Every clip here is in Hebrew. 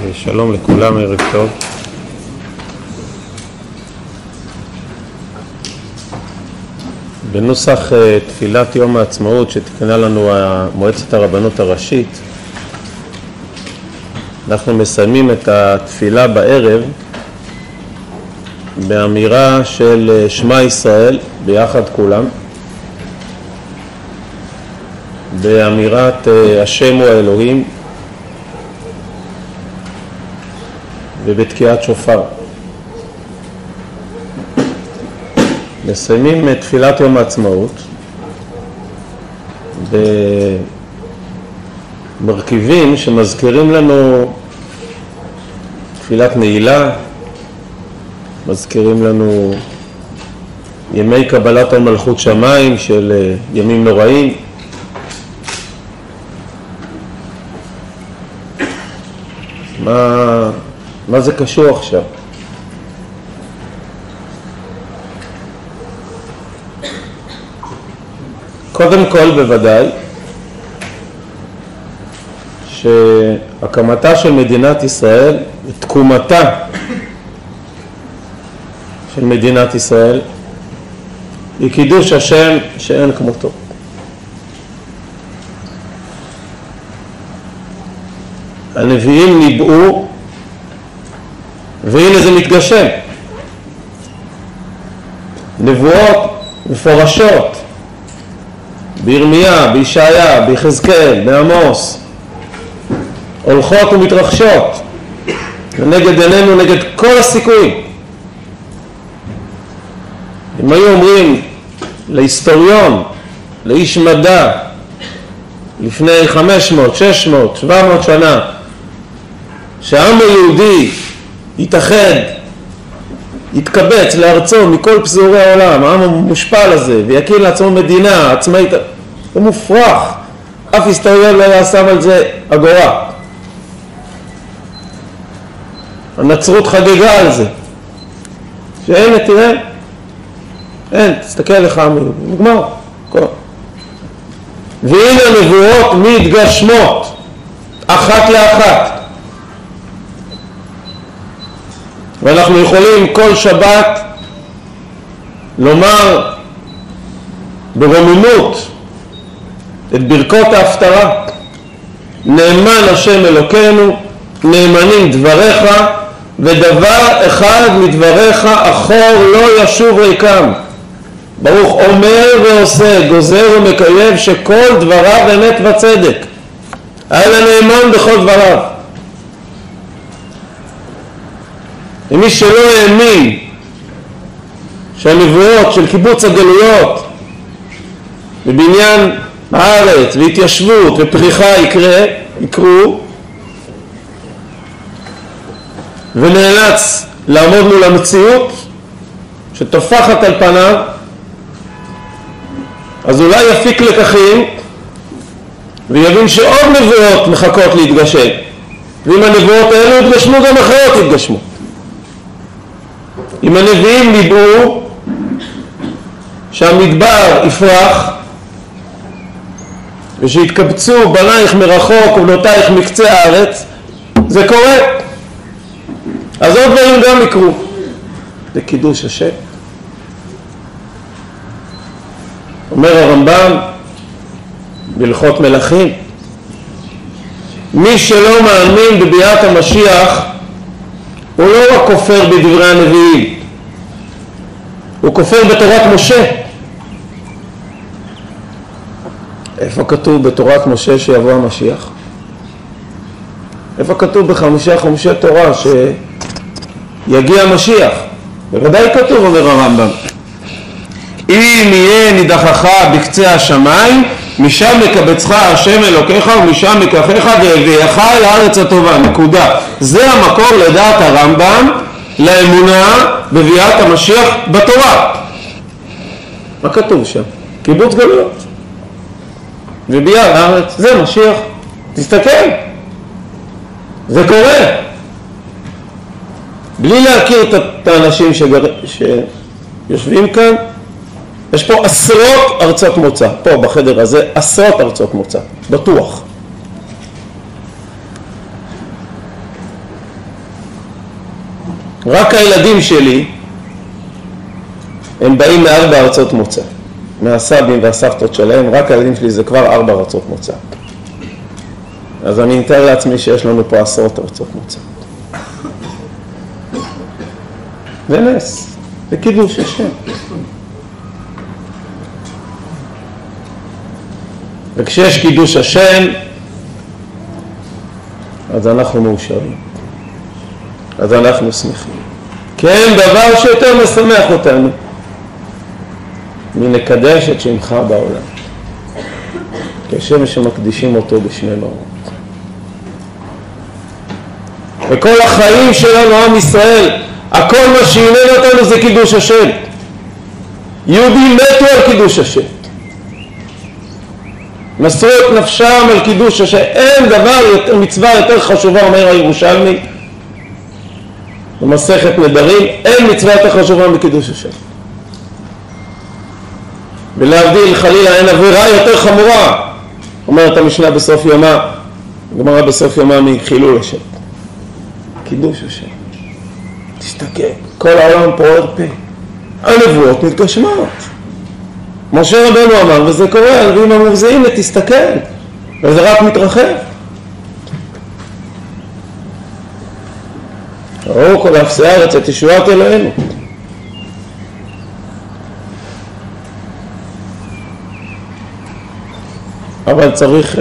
שלום לכולם, ערב טוב. בנוסח תפילת יום העצמאות שתקנה לנו מועצת הרבנות הראשית, אנחנו מסיימים את התפילה בערב באמירה של שמע ישראל ביחד כולם, באמירת השם הוא האלוהים ובתקיעת שופר. מסיימים את תפילת יום העצמאות במרכיבים שמזכירים לנו תפילת נעילה, מזכירים לנו ימי קבלת על מלכות שמיים של ימים נוראים. מה זה קשור עכשיו? קודם כל בוודאי שהקמתה של מדינת ישראל, תקומתה של מדינת ישראל, היא קידוש השם שאין כמותו. הנביאים ניבאו והנה זה מתגשם. נבואות מפורשות בירמיה, בישעיה, ביחזקאל, בעמוס, הולכות ומתרחשות נגד עינינו, נגד כל הסיכויים. אם היו אומרים להיסטוריון, לאיש מדע, לפני 500, 600, 700 שנה, שהעם היהודי יתאחד, יתקבץ לארצו מכל פזורי העולם, העם המושפל הזה, ויקים לעצמו מדינה עצמאית, זה מופרך. אף היסטוריון לא היה שם על זה אגורה. הנצרות חגגה על זה. שהנה תראה, אין, תסתכל לך, נגמר. והנה הנבואות מתגשמות, אחת לאחת. ואנחנו יכולים כל שבת לומר ברוממות את ברכות ההפטרה. נאמן השם אלוקינו, נאמנים דבריך, ודבר אחד מדבריך אחור לא ישוב ריקם. ברוך אומר ועושה, גוזר ומקייב, שכל דבריו אמת וצדק. היה נאמן בכל דבריו. ומי שלא האמין שהנבואות של קיבוץ הגלויות ובניין הארץ והתיישבות ופריחה יקרו, ונאלץ לעמוד מול המציאות שטופחת על פניו, אז אולי יפיק לקחים ויבין שעוד נבואות מחכות להתגשם, ואם הנבואות האלו יתגשמו גם אחרות יתגשמו. אם הנביאים ניבאו שהמדבר יפרח ושיתקבצו בנייך מרחוק ובנותייך מקצה הארץ, זה קורה. אז עוד דברים גם יקרו. זה קידוש השם. אומר הרמב"ם בהלכות מלכים, מי שלא מאמין בביאת המשיח הוא לא רק כופר בדברי הנביאים, הוא כופר בתורת משה. איפה כתוב בתורת משה שיבוא המשיח? איפה כתוב בחמישה חומשי תורה שיגיע המשיח? בוודאי כתוב, אומר הרמב"ם, אם יהיה נידחך בקצה השמיים, משם מקבצך השם אלוקיך ומשם מקחך והביאך אל הארץ הטובה. נקודה. זה המקור לדעת הרמב"ם לאמונה בביאת המשיח בתורה. מה כתוב שם? קיבוץ גלויות וביאת הארץ, זה משיח. תסתכל, זה קורה. בלי להכיר את האנשים שיושבים כאן, יש פה עשרות ארצות מוצא, פה בחדר הזה עשרות ארצות מוצא, בטוח. רק הילדים שלי הם באים מארבע ארצות מוצא, מהסבים והסבתות שלהם, רק הילדים שלי זה כבר 4 ארצות מוצא. אז אני מתאר לעצמי שיש לנו פה 10 ארצות מוצא. זה נס, זה קידוש השם. וכשיש קידוש השם, אז אנחנו מאושרים. אז אנחנו שמחים. כי אין דבר שיותר משמח אותנו מנקדש את שמך בעולם. כשם שמקדישים אותו בשני מאורות. וכל החיים שלנו, עם ישראל, הכל מה שעניין אותנו זה קידוש השם. יהודים מתו על קידוש השם. מסרו את נפשם על קידוש השם. אין דבר יותר, מצווה יותר חשובה, אומר הירושלמי, במסכת נדרים, אין מצווה יותר חשובה מקידוש השם. ולהבדיל חלילה אין עבירה יותר חמורה, אומרת המשנה בסוף יומה, גמרא בסוף יומה מחילול השם. קידוש השם. תסתכל, כל העולם פוער פה. הנבואות מתגשמות. משה רבנו אמר, וזה קורה, הנביאים אמרו, זה הנה, תסתכל. וזה רק מתרחב. ראו כל אפסי הארץ את ישועת אלוהינו. אבל צריך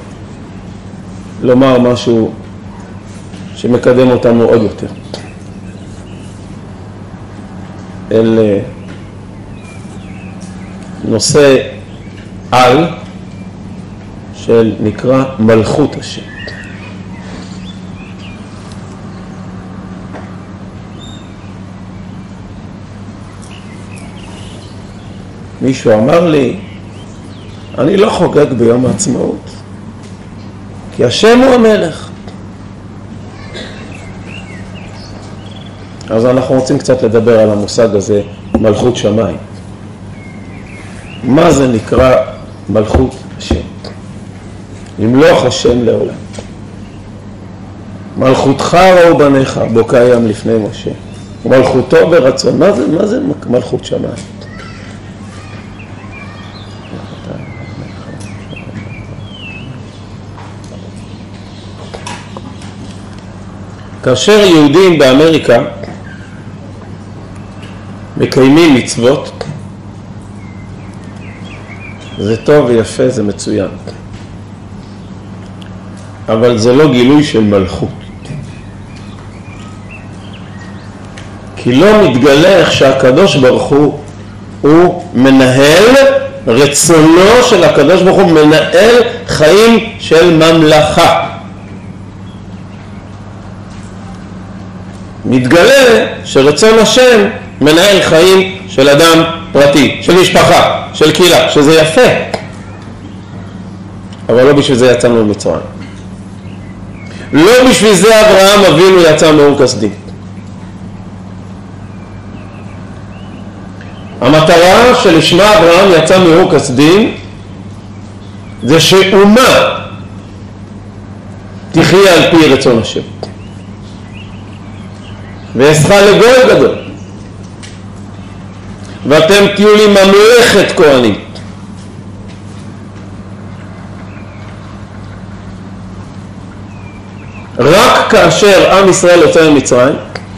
לומר משהו שמקדם אותנו עוד יותר אל נושא על של נקרא מלכות השם. מישהו אמר לי, אני לא חוגג ביום העצמאות, כי השם הוא המלך. אז אנחנו רוצים קצת לדבר על המושג הזה, מלכות שמיים. מה זה נקרא מלכות השם? למלוך השם לעולם. מלכותך ראו בניך, בו קיים לפני משה. מלכותו ברצון. מה זה מלכות שמיים? כאשר יהודים באמריקה מקיימים מצוות, זה טוב ויפה, זה מצוין. אבל זה לא גילוי של מלכות. כי לא מתגלה איך שהקדוש ברוך הוא מנהל, רצונו של הקדוש ברוך הוא מנהל חיים של ממלכה. מתגלה שרצון השם מנהל חיים של אדם פרטי, של משפחה, של קהילה, שזה יפה. אבל לא בשביל זה יצאנו ממצרים. לא בשביל זה אברהם אבינו יצא מאור כסדים. המטרה שלשמה אברהם יצא מאור כסדים זה שאומה תחיה על פי רצון השם. ואעשך לגוי גדול. ואתם תהיו לי ממלכת כהנים. רק כאשר עם ישראל יוצא ממצרים,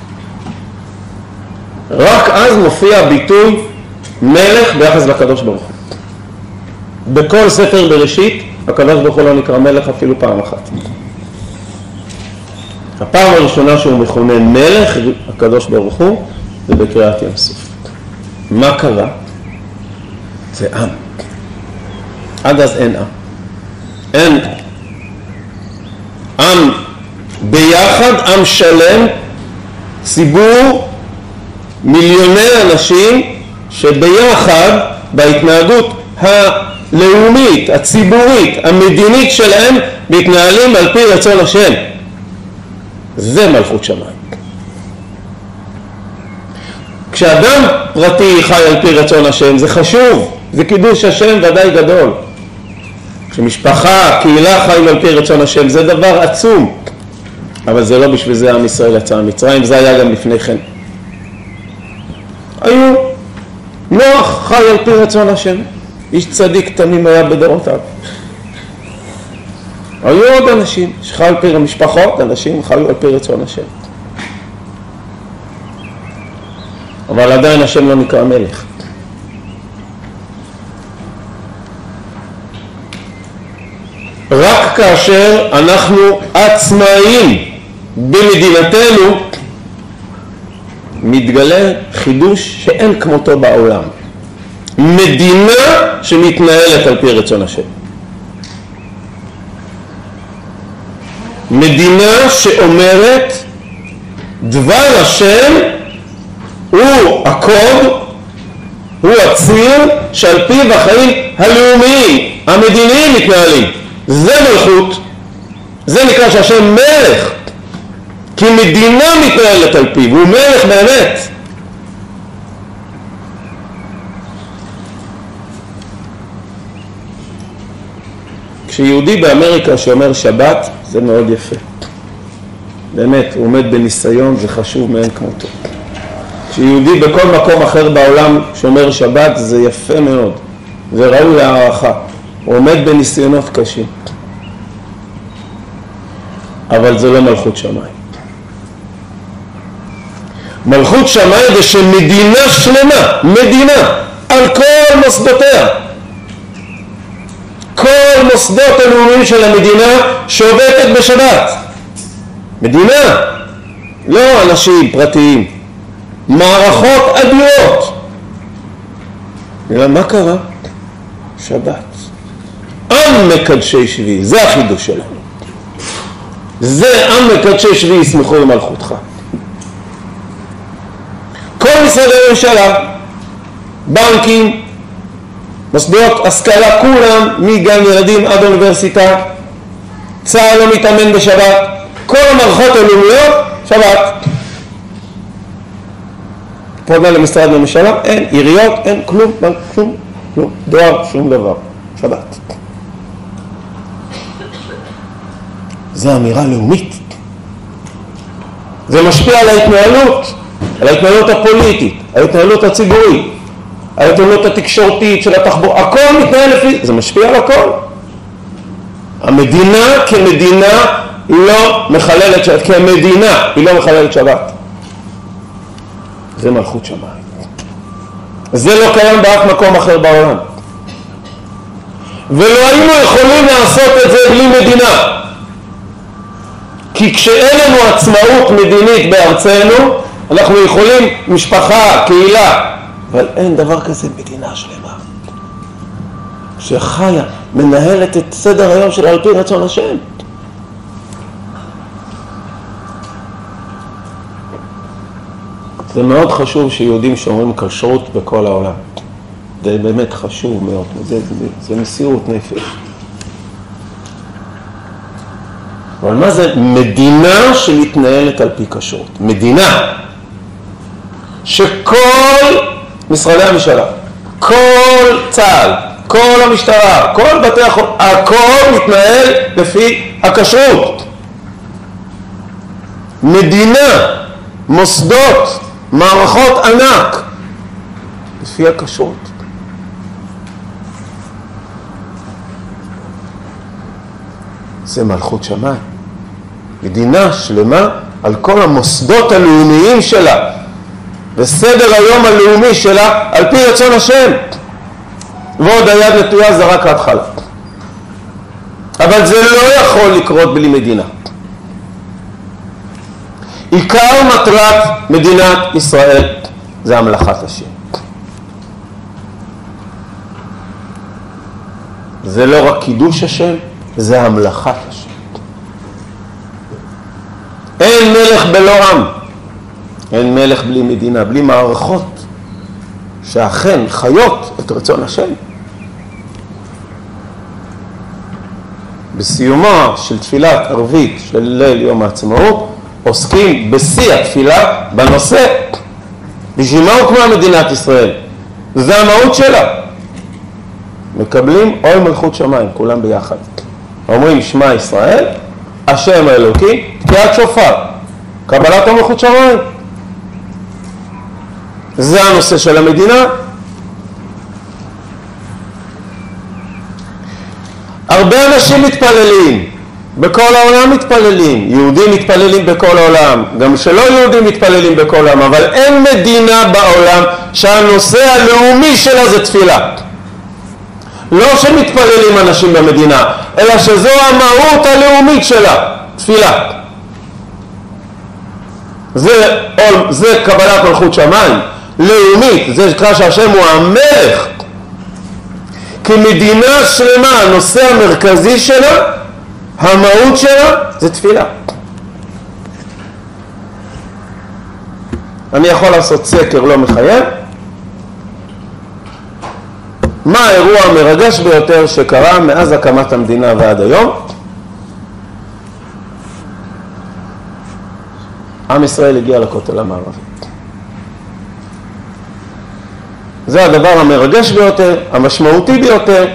רק אז מופיע ביטוי מלך ביחס לקדוש ברוך הוא. בכל ספר בראשית הקדוש ברוך הוא לא נקרא מלך אפילו פעם אחת. הפעם הראשונה שהוא מכונן מלך, הקדוש ברוך הוא, זה בקריאת ים סוף. מה קרה? זה עם. עד אז אין עם. אין עם ביחד, עם שלם, ציבור, מיליוני אנשים שביחד בהתנהגות הלאומית, הציבורית, המדינית שלהם מתנהלים על פי רצון השם. זה מלכות שמיים. כשאדם פרטי חי על פי רצון השם, זה חשוב, זה קידוש השם ודאי גדול. כשמשפחה, קהילה חיים על פי רצון השם, זה דבר עצום. אבל זה לא בשביל זה עם ישראל יצא ממצרים, זה היה גם לפני כן. היו, נוח חי על פי רצון השם, איש צדיק תמים היה בדורותיו. היו עוד אנשים שחיו על פי המשפחות, אנשים חיו על פי רצון השם. אבל עדיין השם לא נקרא מלך. רק כאשר אנחנו עצמאים במדינתנו, מתגלה חידוש שאין כמותו בעולם. מדינה שמתנהלת על פי רצון השם. מדינה שאומרת דבר השם הוא הקוד, הוא הציר שעל פיו החיים הלאומיים, המדיניים מתנהלים. זה מלכות, זה נקרא שהשם מלך, כי מדינה מתנהלת על פיו, הוא מלך באמת. כשיהודי באמריקה שאומר שבת, זה מאוד יפה. באמת, הוא עומד בניסיון, זה חשוב מאין כמותו. כשיהודי בכל מקום אחר בעולם שאומר שבת, זה יפה מאוד. זה ראוי להערכה. הוא עומד בניסיונות קשים. אבל זה לא מלכות שמיים. מלכות שמיים זה שמדינה שלמה, מדינה, על כל מוסדותיה. כל מוסדות הלאומיים של המדינה שעובדת בשבת. מדינה, לא אנשים פרטיים, מערכות אדירות. מה קרה? שבת. עם מקדשי שביעי, זה החידוש שלנו. זה עם מקדשי שביעי ישמחו למלכותך. כל משרדי הממשלה, בנקים, מוסדות השכלה, כולם מגן ילדים עד אוניברסיטה, צה"ל לא מתאמן בשבת, כל המערכות הלאומיות, שבת. פונה למשרד הממשלה, אין עיריות, אין כלום, כלום, כלום, דואר, שום דבר, שבת. זה אמירה לאומית. זה משפיע על ההתנהלות הפוליטית, על ההתנהלות הציבורית, על ההתנהלות התקשורתית של התחבורה, הכל מתנהל לפי, זה משפיע על הכל. המדינה כמדינה לא מחללת שבת, כמדינה היא לא מחללת שבת. זה מלכות שמיים. זה לא קיים באף מקום אחר בעולם. ולא היינו יכולים לעשות את זה בלי מדינה. כי כשאין לנו עצמאות מדינית בארצנו, אנחנו יכולים משפחה, קהילה, אבל אין דבר כזה מדינה שלמה. שחיה, מנהלת את סדר היום שלה על פי רצון השם. זה מאוד חשוב שיהודים שומרים כשרות בכל העולם. זה באמת חשוב מאוד, זה מסירות נפש. אבל מה זה מדינה שמתנהלת על פי כשרות? מדינה שכל משרדי הממשלה, כל צה"ל, כל המשטרה, כל בתי החולים, הכל מתנהל לפי הכשרות. מדינה, מוסדות, מערכות ענק, לפי הכשרות. זה מלכות שמיים. מדינה שלמה על כל המוסדות הלאומיים שלה, וסדר היום הלאומי שלה על פי רצון השם. ועוד היד נטויה זה רק ההתחלה. אבל זה לא יכול לקרות בלי מדינה. עיקר מטרת מדינת ישראל זה המלכת השם. זה לא רק קידוש השם, זה המלכת השם. אין מלך בלא עם. אין מלך בלי מדינה, בלי מערכות שאכן חיות את רצון השם. בסיומה של תפילת ערבית של ליל יום העצמאות, עוסקים בשיא התפילה בנושא. בשביל מה הוקמה מדינת ישראל? זה המהות שלה. מקבלים עול מלכות שמיים, כולם ביחד. אומרים שמע ישראל, השם האלוקי, תקיעת שופר, קבלת מלכות שמיים. זה הנושא של המדינה. הרבה אנשים מתפללים, בכל העולם מתפללים, יהודים מתפללים בכל העולם, גם שלא יהודים מתפללים בכל העולם, אבל אין מדינה בעולם שהנושא הלאומי שלה זה תפילה. לא שמתפללים אנשים במדינה, אלא שזו המהות הלאומית שלה, תפילה. זה קבלת מלכות שמיים, לאומית, זה נקרא שהשם הוא המלך. כי מדינה שלמה, הנושא המרכזי שלה, המהות שלה, זה תפילה. אני יכול לעשות סקר לא מחייב. מה האירוע המרגש ביותר שקרה מאז הקמת המדינה ועד היום? עם ישראל הגיע לכותל המערבי. זה הדבר המרגש ביותר, המשמעותי ביותר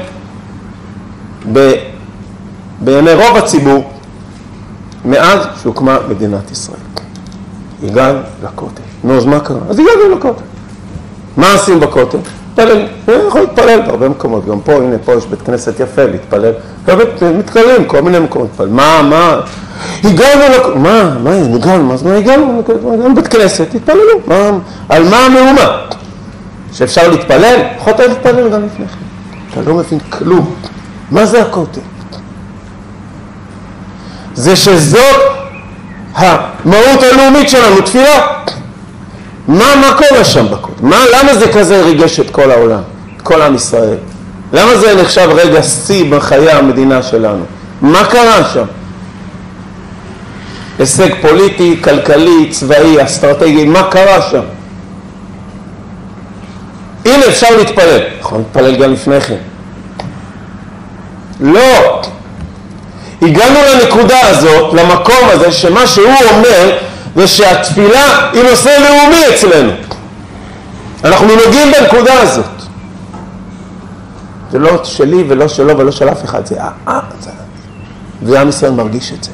בעיני רוב הציבור מאז שהוקמה מדינת ישראל. הגענו לכותל. נו, אז מה קרה? אז הגענו לכותל. מה עושים בכותל? מתפלל. יכול להתפלל בהרבה מקומות. גם פה, הנה, פה יש בית כנסת יפה, להתפלל. מתקללים, כל מיני מקומות להתפלל. מה? הגענו לכותל. מה? הגענו? אז מה הגענו? הגענו בית כנסת, התפללו. על מה המהומה? שאפשר להתפלל? יכולת להתפלל גם לפני כן. אתה לא מבין כלום. מה זה הכותל? זה שזאת המהות הלאומית שלנו, תפילה. מה קורה שם בכותל? למה זה כזה ריגש את כל העולם, את כל עם ישראל? למה זה נחשב רגע שיא בחיי המדינה שלנו? מה קרה שם? הישג פוליטי, כלכלי, צבאי, אסטרטגי, מה קרה שם? הנה אפשר להתפלל. יכול להתפלל גם לפני כן. לא. הגענו לנקודה הזאת, למקום הזה, שמה שהוא אומר, זה שהתפילה היא נושא לאומי אצלנו. אנחנו נוגעים בנקודה הזאת. זה לא שלי ולא שלו ולא של אף אחד, זה ועם ישראל מרגיש את זה.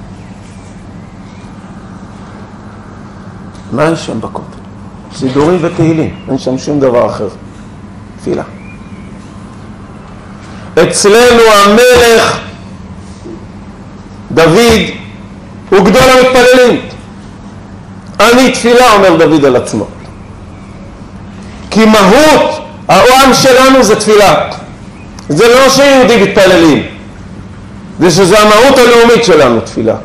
מה יש שם בכותל? סידורים ותהילים, אין שם שום דבר אחר. תפילה. אצלנו המלך דוד הוא גדול המתפללים. אני תפילה, אומר דוד על עצמו. כי מהות העם שלנו זה תפילה. זה לא שיהודים מתפללים, זה שזה המהות הלאומית שלנו, תפילה.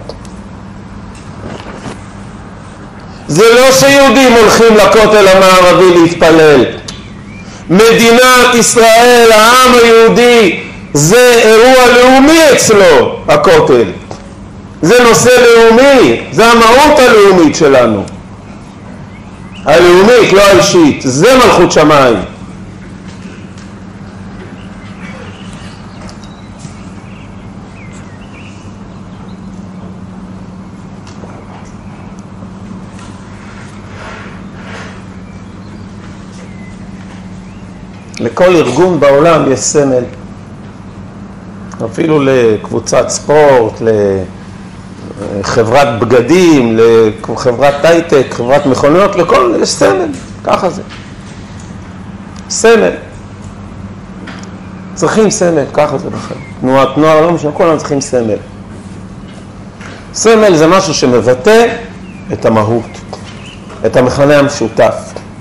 זה לא שיהודים הולכים לכותל המערבי להתפלל. מדינת ישראל, העם היהודי, זה אירוע לאומי אצלו, הכותל. זה נושא לאומי, זה המהות הלאומית שלנו. הלאומית, לא האישית, זה מלכות שמיים. לכל ארגון בעולם יש סמל. אפילו לקבוצת ספורט, לחברת בגדים, לחברת הייטק, חברת מכוניות, לכל יש סמל. ככה זה. סמל. צריכים סמל, ככה זה לכם. תנועת נוער, לא משנה, כולם צריכים סמל. סמל זה משהו שמבטא את המהות, את המכנה המשותף,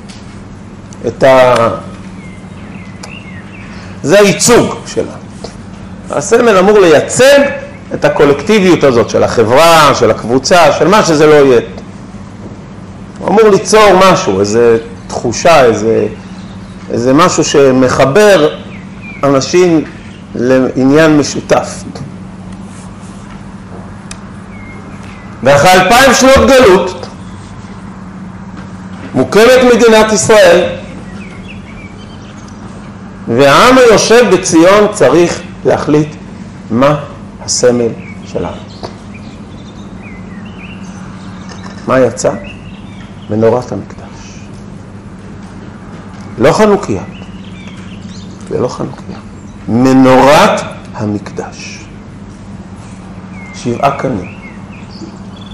זה הייצוג שלה. הסמל אמור לייצג את הקולקטיביות הזאת של החברה, של הקבוצה, של מה שזה לא יהיה. הוא אמור ליצור משהו, איזה תחושה, איזה משהו שמחבר אנשים לעניין משותף. ואחרי 2000 שנות גלות מוקמת מדינת ישראל, והעם היושב בציון צריך להחליט מה הסמל שלנו. מה יצא? מנורת המקדש. לא חנוכיה. זה לא חנוכיה. מנורת המקדש. 7 קנים.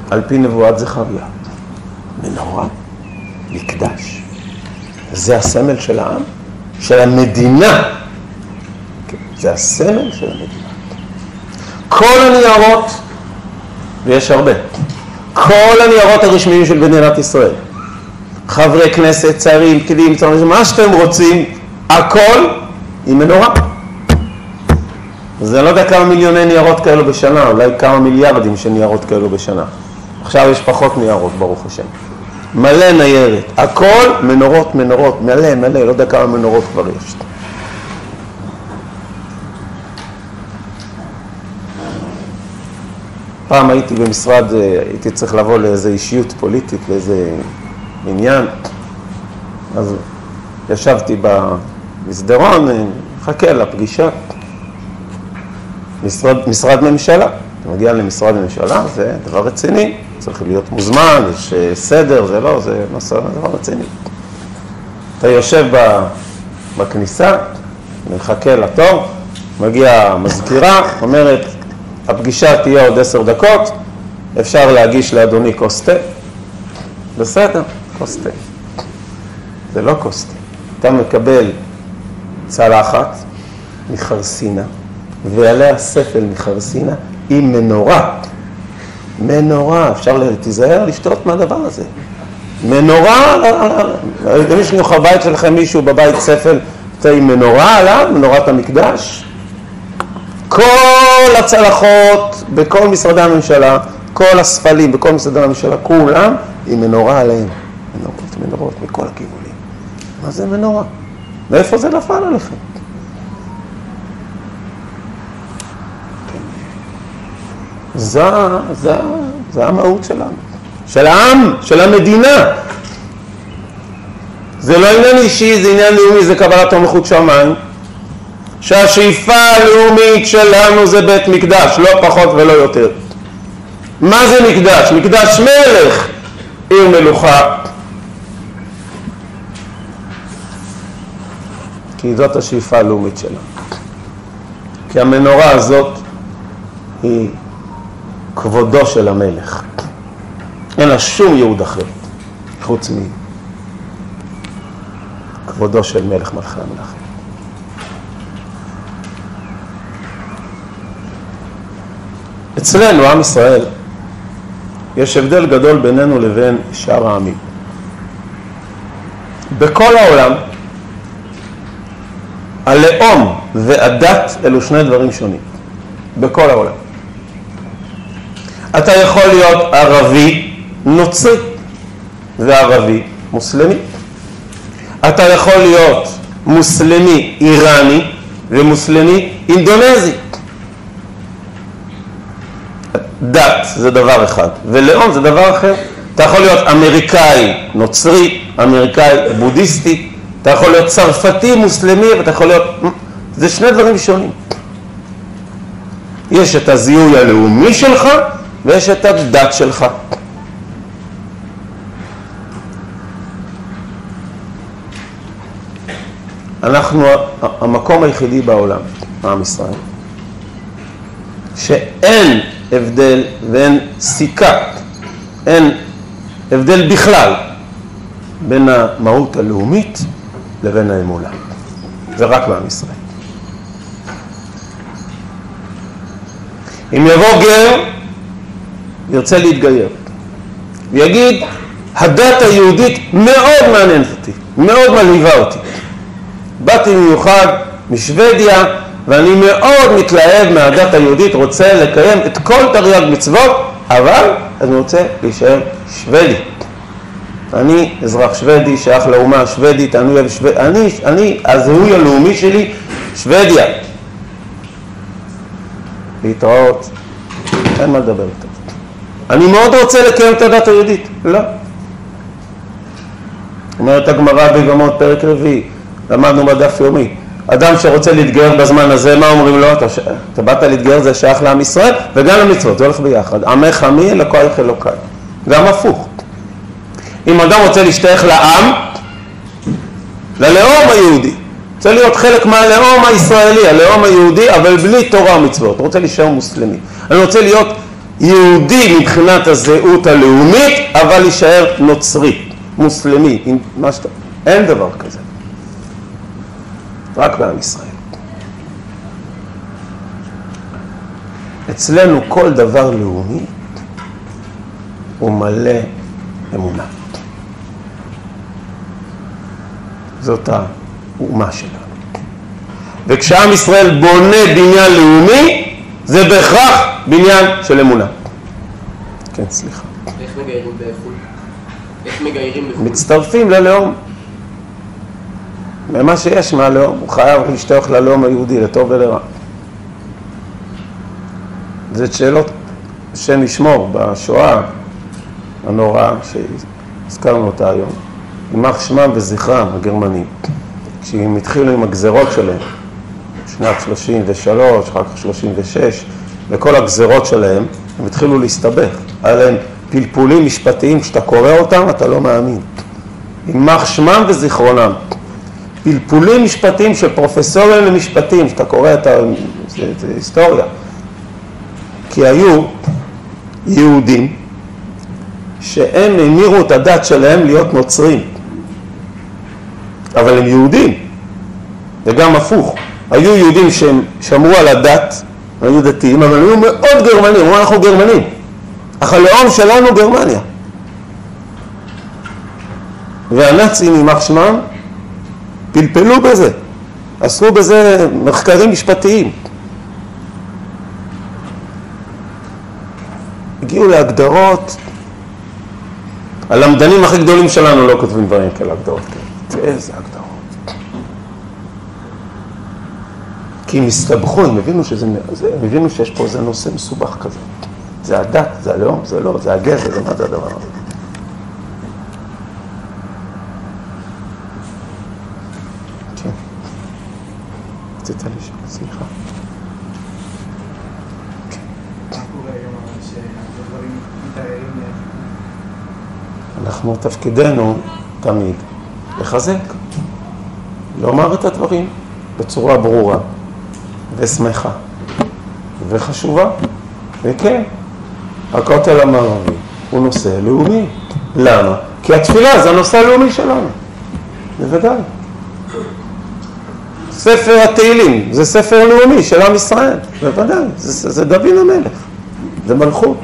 על פי נבואת זכריה. מנורה, מקדש. זה הסמל של העם, של המדינה. זה הסמל של המדינה. כל הניירות, ויש הרבה, כל הניירות הרשמיים של מדינת ישראל, חברי כנסת, שרים, פקידים, מה שאתם רוצים, הכל עם מנורה. אז אני לא יודע כמה מיליוני ניירות כאלו בשנה, אולי כמה מיליארדים של ניירות כאלו בשנה. עכשיו יש פחות ניירות, ברוך השם. מלא ניירת, הכל מנורות, מנורות, מלא, מלא, לא יודע כמה מנורות כבר יש. פעם הייתי במשרד, הייתי צריך לבוא לאיזו אישיות פוליטית, לאיזה עניין, אז ישבתי במסדרון, חכה לפגישה. משרד ממשלה, אתה מגיע למשרד ממשלה, זה דבר רציני, צריך להיות מוזמן, יש סדר, זה לא, זה דבר רציני. אתה יושב בכניסה, מחכה לתור, מגיע המזכירה, אומרת, הפגישה תהיה עוד 10 דקות, אפשר להגיש לאדוני כוס תה. בסדר, כוס תה. זה לא כוס תה. אתה מקבל צלחת מחרסינה, ועליה ספל מחרסינה עם מנורה. מנורה, אפשר תיזהר לשתות מהדבר הזה. מנורה, אם יש לך בבית שלכם מישהו בבית ספל, אתה עם מנורה עליו, מנורת המקדש. כל הצלחות בכל משרדי הממשלה, כל הספלים בכל משרדי הממשלה, כולם עם מנורה עליהם. מנורות מכל הכיוונים. מה זה מנורה? מאיפה זה נפל עליכם? זה המהות שלנו. של העם, של המדינה. זה לא עניין אישי, זה עניין לאומי, זה קבלת מלכות שמיים. שהשאיפה הלאומית שלנו זה בית מקדש, לא פחות ולא יותר. מה זה מקדש? מקדש מלך, עיר מלוכה. כי זאת השאיפה הלאומית שלנו. כי המנורה הזאת היא כבודו של המלך. אין לה שום ייעוד אחר, חוץ מכבודו של מלך מלכי המלכים. אצלנו, עם ישראל, יש הבדל גדול בינינו לבין שאר העמים. בכל העולם, הלאום והדת אלו שני דברים שונים. בכל העולם. אתה יכול להיות ערבי נוצרי וערבי מוסלמי. אתה יכול להיות מוסלמי איראני ומוסלמי אינדונזי. דת זה דבר אחד, ולאום זה דבר אחר. אתה יכול להיות אמריקאי נוצרי, אמריקאי בודהיסטי, אתה יכול להיות צרפתי מוסלמי, ואתה יכול להיות... זה שני דברים שונים. יש את הזיהוי הלאומי שלך, ויש את הדת שלך. אנחנו המקום היחידי בעולם, עם ישראל, שאין הבדל ואין סיכה, אין הבדל בכלל בין המהות הלאומית לבין האמונה. זה רק בעם ישראל. אם יבוא גר, ירצה להתגייר, ויגיד, הדת היהודית מאוד מעניינת אותי, מאוד מלהיבה אותי. באתי במיוחד משוודיה, ואני מאוד מתלהב מהדת היהודית, רוצה לקיים את כל תרי"ג מצוות, אבל אני רוצה להישאר שוודי. אני אזרח שוודי, שייך לאומה השוודית, הזהוי הלאומי שלי, שוודיה. להתראות, אין מה לדבר איתו. אני מאוד רוצה לקיים את הדת היהודית. לא. אומרת הגמרא בבמות פרק רביעי, למדנו בדף יומי. אדם שרוצה להתגייר בזמן הזה, מה אומרים לו? אתה באת להתגייר, זה שייך לעם ישראל, וגם למצוות, זה הולך ביחד. עמך עמי, אלוקייך אלוקיי. גם הפוך. אם אדם רוצה להשתייך לעם, ללאום היהודי, רוצה להיות חלק מהלאום הישראלי, הלאום היהודי, אבל בלי תורה ומצוות. רוצה להישאר מוסלמי. אני רוצה להיות יהודי מבחינת הזהות הלאומית, אבל יישאר נוצרי, מוסלמי, אין דבר כזה. רק בעם ישראל. אצלנו כל דבר לאומי הוא מלא אמונה. זאת האומה שלנו. וכשעם ישראל בונה בניין לאומי, זה בהכרח בניין של אמונה. כן, סליחה. איך מגיירים באיכות? איך מגיירים בחו"ל? מצטרפים ללאום. ממה שיש מהלאום, הוא חייב להשתייך ללאום היהודי, לטוב ולרע. זה שאלות שנשמור בשואה הנוראה שהזכרנו אותה היום. יימח שמם וזכרם הגרמנים. כשהם התחילו עם הגזרות שלהם, שנת 33, אחר כך 36, וכל הגזרות שלהם, הם התחילו להסתבך. היה להם פלפולים משפטיים, כשאתה קורא אותם, אתה לא מאמין. יימח שמם וזיכרונם. פלפולים משפטיים של פרופסורים למשפטים, שאתה קורא את ההיסטוריה. כי היו יהודים שהם המירו את הדת שלהם להיות נוצרים. אבל הם יהודים. וגם הפוך. היו יהודים שהם שמרו על הדת, היו דתיים, אבל היו מאוד גרמנים. אנחנו גרמנים. אך הלאום שלנו גרמניה. והנאצים יימח שמם פלפלו בזה. עשו בזה מחקרים משפטיים. הגיעו להגדרות. הלמדנים הכי גדולים שלנו לא כותבים דברים כאלה הגדרות. איזה הגדרות. כי הם הסתבכו, הם הבינו שיש פה איזה נושא מסובך כזה. זה הדת, זה הלאום, זה לא, זה הגזע, זה מה זה הדבר הזה. כן. רצית לשאול, סליחה. אנחנו תפקידנו תמיד לחזק, לומר את הדברים בצורה ברורה ושמחה וחשובה. וכן, הכותל המערבי הוא נושא לאומי. למה? כי התפילה זה הנושא הלאומי שלנו. בוודאי. ספר התהילים זה ספר לאומי של עם ישראל. בוודאי. זה דוד המלך. זה מלכות.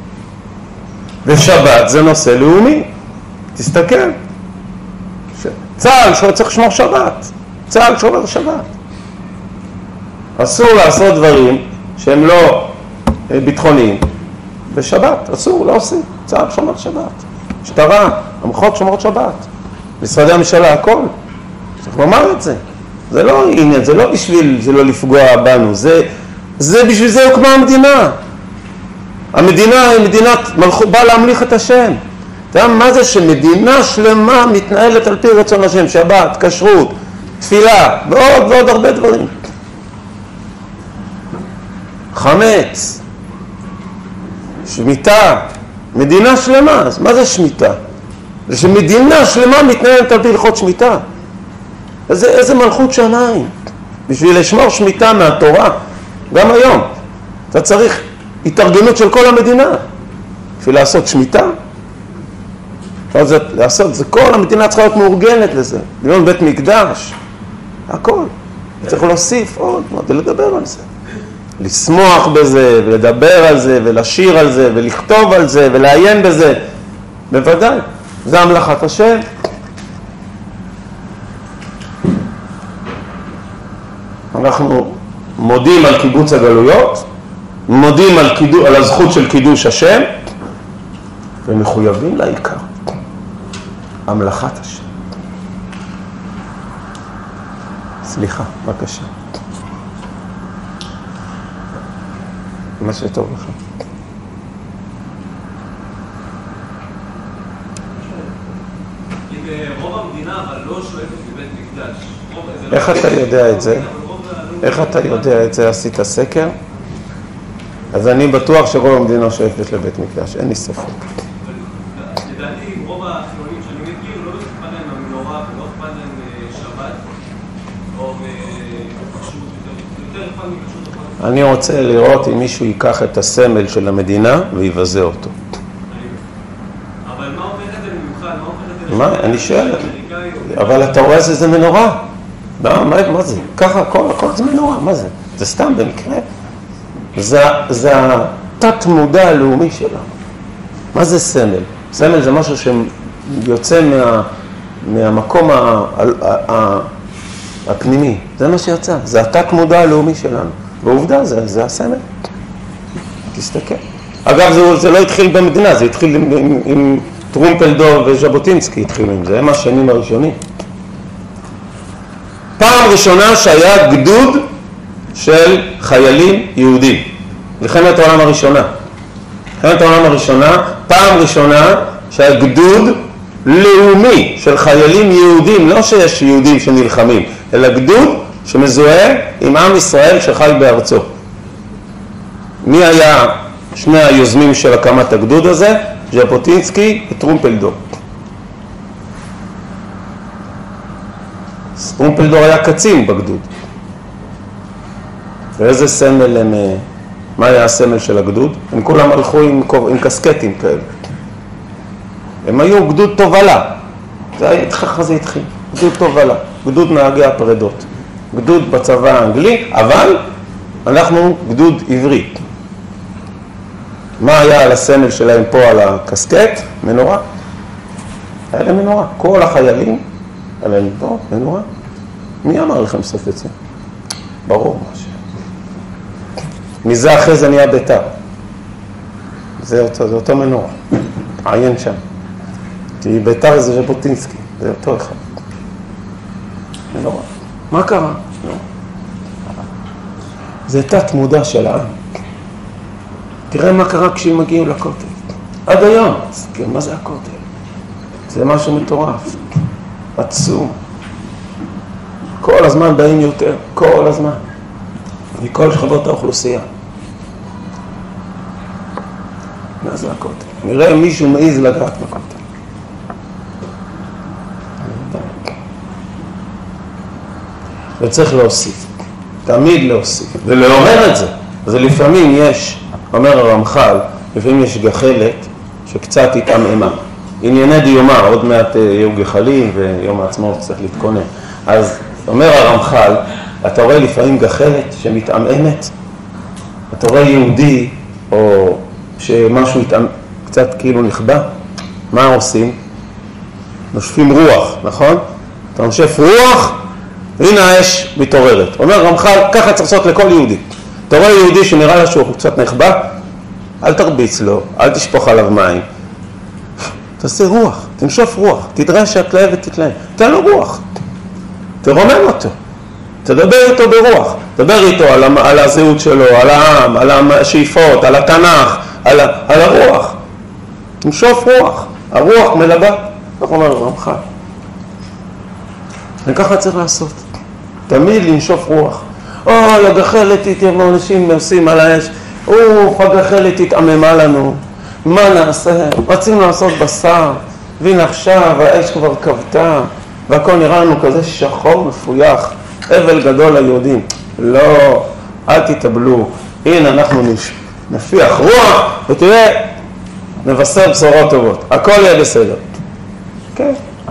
ושבת זה נושא לאומי. תסתכל. צה"ל שצריך לשמור שבת. צה"ל שומר שבת. אסור לעשות דברים שהם לא ביטחוניים. בשבת, אסור, לא עושים. צה"ל שומר שבת. משטרה, המחוק שומרות שבת. משרדי הממשלה, הכל. צריך לומר את זה. זה לא עניין, זה לא בשביל, זה לא לפגוע בנו. זה בשביל זה הוקמה המדינה. המדינה היא מדינת מלכות, באה להמליך את השם. אתה יודע מה זה שמדינה שלמה מתנהלת על פי רצון השם, שבת, כשרות, תפילה, ועוד הרבה דברים. חמץ, שמיטה, מדינה שלמה. אז מה זה שמיטה? זה שמדינה שלמה מתנהלת על פי הלכות שמיטה. איזה מלכות שמיים. בשביל לשמור שמיטה מהתורה, גם היום, אתה צריך התארגנות של כל המדינה. בשביל לעשות שמיטה, לעשות, זה כל המדינה צריכה להיות מאורגנת לזה. לבנות בית מקדש, הכל. צריך להוסיף עוד, ולדבר על זה. לשמוח בזה, ולדבר על זה, ולשיר על זה, ולכתוב על זה, ולעיין בזה. בוודאי, זה המלאכת השם. אנחנו מודים על קיבוץ הגלויות, מודים על הזכות של קידוש השם, ומחויבים לעיקר, המלאכת השם. סליחה, בבקשה. מה שטוב לך. רוב המדינה אבל לא שואפת לבית מקדש. איך אתה יודע את זה? איך אתה יודע את זה? עשית סקר? אז אני בטוח שרוב המדינה שואפת לבית מקדש, אין לי ספק. לדעתי, רוב החילונים שאני מכיר לא אכפת להם המנורה ולא אכפת להם שבת או בכשרות, יותר אכפת מכשרות. אני רוצה לראות אם מישהו ייקח את הסמל של המדינה ויבזה אותו. אבל מה הופך את זה במיוחד? מה? אני שואל. אבל אתה רואה שזה מנורה. מה זה? ככה, הכל זה מנורה. מה זה? זה סתם במקרה. זה התת מודע הלאומי שלנו. מה זה סמל? סמל זה משהו שיוצא מהמקום הפנימי. זה מה שיוצא. זה התת מודע הלאומי שלנו. ועובדה, זה הסמל. תסתכל. אגב, זה לא התחיל במדינה, זה התחיל עם טרומפלדור וז'בוטינסקי התחילו עם זה, הם השנים הראשונים. פעם ראשונה שהיה גדוד של חיילים יהודים. מלחמת העולם הראשונה. מלחמת העולם הראשונה, פעם ראשונה שהיה גדוד לאומי של חיילים יהודים, לא שיש יהודים שנלחמים, אלא גדוד שמזוהה עם עם ישראל שחי בארצו. מי היה שני היוזמים של הקמת הגדוד הזה? ז'בוטינסקי וטרומפלדור. טרומפלדור היה קצין בגדוד. ואיזה סמל הם, מה היה הסמל של הגדוד? הם כולם הלכו עם קסקטים כאלה. הם היו גדוד תובלה. ככה זה התחיל. גדוד תובלה. גדוד נהגי הפרדות. גדוד בצבא האנגלי, אבל אנחנו גדוד עברי. מה היה על הסמל שלהם פה על הקסקט? מנורה. היה להם מנורה. כל החיילים, היה להם פה מנורה. מי אמר לכם סוף את זה? ברור משהו. מזה אחרי זה נהיה ביתר. זה אותו מנורה. עיין שם. כי ביתר זה ז'בוטינסקי. זה אותו אחד. מנורה. מה קרה? זה תת מודע של העם. תראה מה קרה כשהם מגיעים לכותל. עד היום. מה זה הכותל? זה משהו מטורף. עצום. כל הזמן באים יותר. כל הזמן. מכל שכבות האוכלוסייה. מה זה הכותל? נראה אם מישהו מעיז לגעת בכותל. וצריך להוסיף. תמיד להוסיף. ולעורר את זה. אז לפעמים יש, אומר הרמח"ל, לפעמים יש גחלת שקצת התעממה. ענייני דיומא, עוד מעט יהיו גחלים ויום העצמאות צריך להתכונן. אז אומר הרמח"ל, אתה רואה לפעמים גחלת שמתעממת, אתה רואה יהודי או שמשהו קצת כאילו נכבה, מה עושים? נושפים רוח, נכון? אתה נושף רוח, והנה האש מתעוררת. אומר רמח"ל, ככה צריך לעשות לכל יהודי. אתה רואה יהודי שנראה לה שהוא קצת נחבא, אל תרביץ לו, אל תשפוך עליו מים. תעשה רוח, תנשוף רוח, תדרש שהתלהב ותתלהב. תן לו רוח, תרומם אותו, תדבר איתו ברוח, תדבר איתו על הזהות שלו, על העם, על השאיפות, על התנ"ך, על הרוח. תנשוף רוח, הרוח מלבה, איך אומר רמח"ל. וככה צריך לעשות, תמיד לנשוף רוח. הגחלת אנשים עושים על האש, הגחלת התעממה לנו, מה נעשה? רצינו לעשות בשר, והנה עכשיו האש כבר כבתה, והכל נראה לנו כזה שחור מפויח, אבל גדול ליהודים. לא, אל תתאבלו, הנה אנחנו נפיח רוח, ותראה, נבשר בשורות טובות, הכל יהיה בסדר. כן.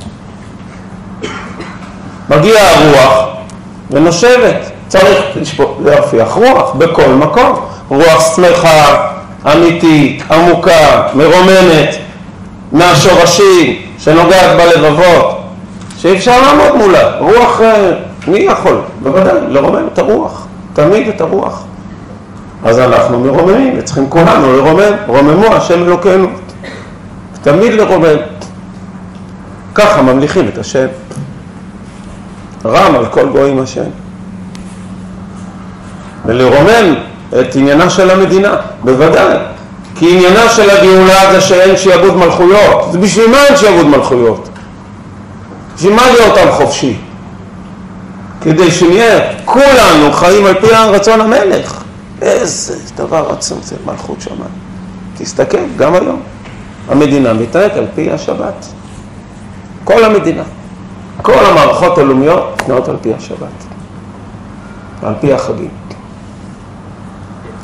מגיע הרוח ונושבת, צריך להפיח רוח בכל מקום, רוח שמחה, אמיתית, עמוקה, מרוממת, מהשורשים, שנוגעת בלבבות, שאי אפשר לעמוד מולה. רוח, מי יכול? בוודאי, לרומם את הרוח, תמיד את הרוח. אז אנחנו מרוממים, וצריכים כולנו לרומם, רוממו השם אלוקינו, תמיד לרומם. ככה ממליכים את השם. רם על כל גויים השם. ולרומם את עניינה של המדינה, בוודאי. כי עניינה של הגאולה זה שאין שיעבוד מלכויות. זה בשביל מה אין שיעבוד מלכויות? בשביל מה להיות עם חופשי? כדי שנהיה כולנו חיים על פי רצון המלך. איזה דבר עצום זה מלכות שמיים. תסתכל, גם היום. המדינה מתנהלת על פי השבת. כל המדינה. כל המערכות הלאומיות מתנהלות על פי השבת. על פי החגים.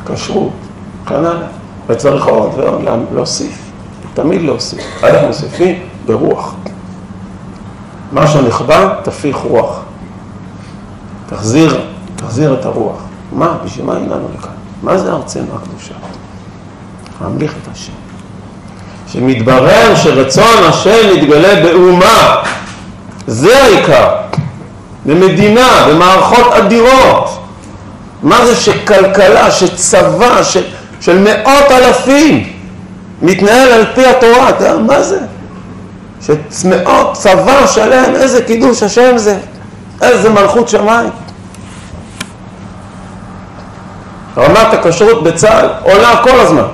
כשרות, כאן הלאה. וצריך עוד ועוד להוסיף, תמיד להוסיף. איך מוסיפים? ברוח. מה שנכבה, תפיך רוח. תחזיר את הרוח. מה? בשביל מה הגענו לכאן? מה זה ארצנו הקדושה? להמליך את השם. שמתברר שרצון השם יתגלה באומה. זה העיקר. במדינה, במערכות אדירות. מה זה שכלכלה, שצבא, של מאות אלפים מתנהל על פי התורה? אתה יודע מה זה? שמאות צבא שלם, איזה קידוש השם זה, איזה מלכות שמיים. רמת הכשרות בצה"ל עולה כל הזמן.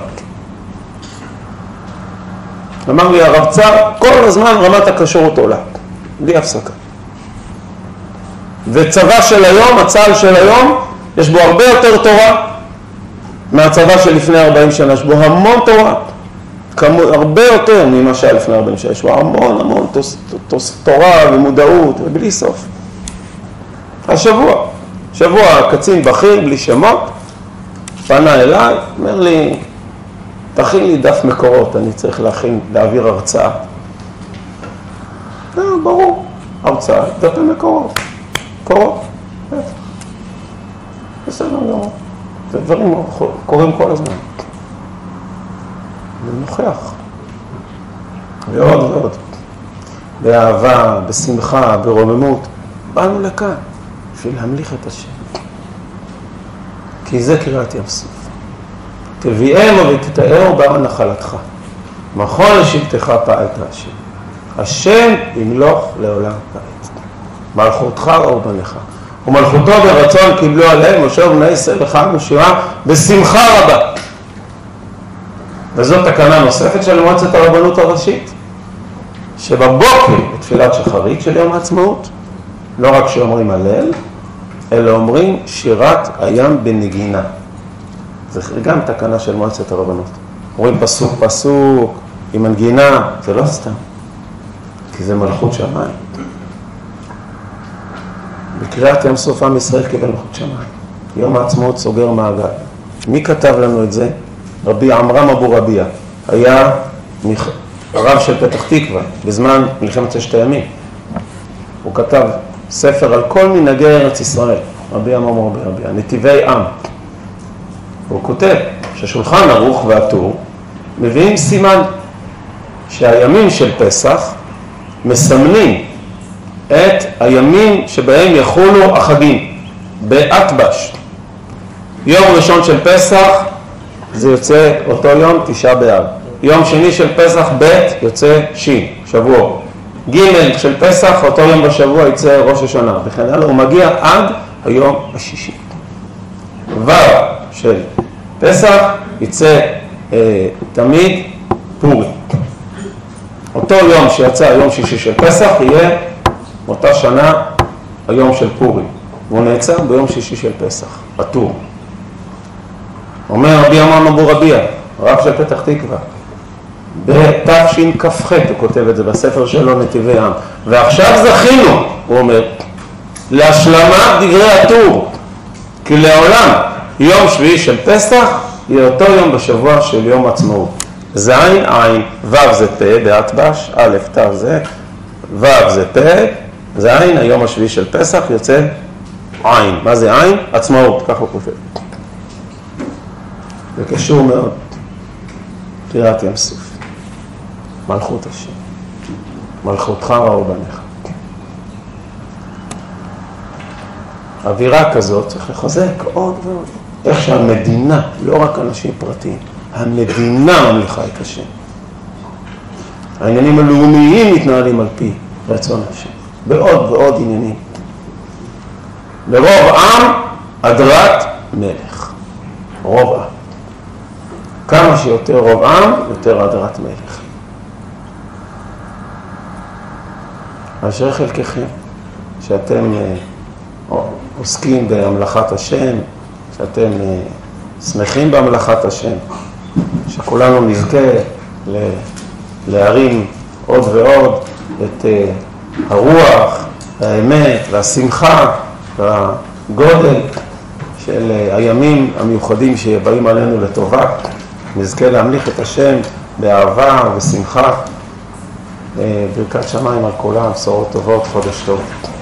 אמר לי הרב צר, כל הזמן רמת הכשרות עולה, בלי הפסקה. וצבא של היום, הצה"ל של היום, יש בו הרבה יותר תורה מהצבא של לפני 40 שנה, יש בו המון תורה, הרבה יותר ממה שהיה לפני 40 שנה, יש בו המון תורה ומודעות ובלי סוף. שבוע קצין בכיר בלי שמות, פנה אליי, אומר לי, תכין לי דף מקורות, אני צריך להעביר הרצאה. ברור, הרצאה, דפי מקורות, קורות. בסדר, זה דברים קורים כל הזמן. ונוכח. ועוד ועוד. באהבה, בשמחה, ברוממות. באנו לכאן בשביל להמליך את השם. כי זה קריאת ים סוף. תביאם ותתאר בה נחלתך. מכון לשבטך פעלת השם. השם ימלוך לעולם בעת. מלכותך ראו בניך. ומלכותו ברצון קיבלו עליהם, משה ובני ישראל וחג משירה בשמחה רבה. וזאת תקנה נוספת של מועצת הרבנות הראשית, שבבוקר בתפילת שחרית של יום העצמאות, לא רק שאומרים הלל, אלא אומרים שירת הים בנגינה. זה גם תקנה של מועצת הרבנות. אומרים פסוק פסוק, עם מנגינה, זה לא סתם, כי זה מלכות שמיים. בקריאת ים סוף עם ישראל קיבל מלכות שמיים. יום העצמאות סוגר מעגל. מי כתב לנו את זה? רבי עמרם אבו רביע. היה הרב של פתח תקווה בזמן מלחמת ששת הימים. הוא כתב ספר על כל מנהגי ארץ ישראל. רבי עמרם אבו רביע, נתיבי עם. הוא כותב ששולחן ערוך והטור מביאים סימן שהימים של פסח מסמנים את הימים שבהם יחולו החגים, באטבש. יום ראשון של פסח, זה יוצא אותו יום, 9 באב. יום שני של פסח, ב' יוצא שין, שבוע. ג' של פסח, אותו יום בשבוע יצא ראש השנה. וכן הלאה, הוא מגיע עד היום השישי. ו' של פסח יצא תמיד פורים. אותו יום שיצא יום שישי של פסח יהיה אותה שנה היום של פורים. והוא נעצר ביום שישי של פסח, הטור. אומר רבי עמרם אבו רביע, רב של פתח תקווה, בתשכ"ח הוא כותב את זה בספר שלו נתיבי עם. ועכשיו זכינו, הוא אומר, להשלמת דברי הטור, כי לעולם יום שביעי של פסח יהיה אותו יום בשבוע של יום עצמאות. זין, עין, ו' זה פה, באטבש, א', ת' זה, ו' זה פה, זין, היום השביעי של פסח יוצא עין. מה זה עין? עצמאות, ככה הוא כותב. זה קשור מאוד. קריאת ים סוף. מלכות השם. מלכותך ראו בניך. אווירה כזאת צריך לחזק עוד ועוד. איך שהמדינה, לא רק אנשים פרטיים, המדינה ממליכה את השם. העניינים הלאומיים מתנהלים על פי רצון השם. בעוד ועוד עניינים. לרוב עם, הדרת מלך. רוב עם. כמה שיותר רוב עם, יותר הדרת מלך. אשר חלקכם, שאתם עוסקים בהמלכת השם, שאתם שמחים בהמלכת השם, שכולנו נזכה להרים עוד ועוד את הרוח, האמת והשמחה והגודל של הימים המיוחדים שבאים עלינו לטובה. נזכה להמליך את השם באהבה ובשמחה. ברכת שמיים על כולם, בשורות טובות, חודש טוב.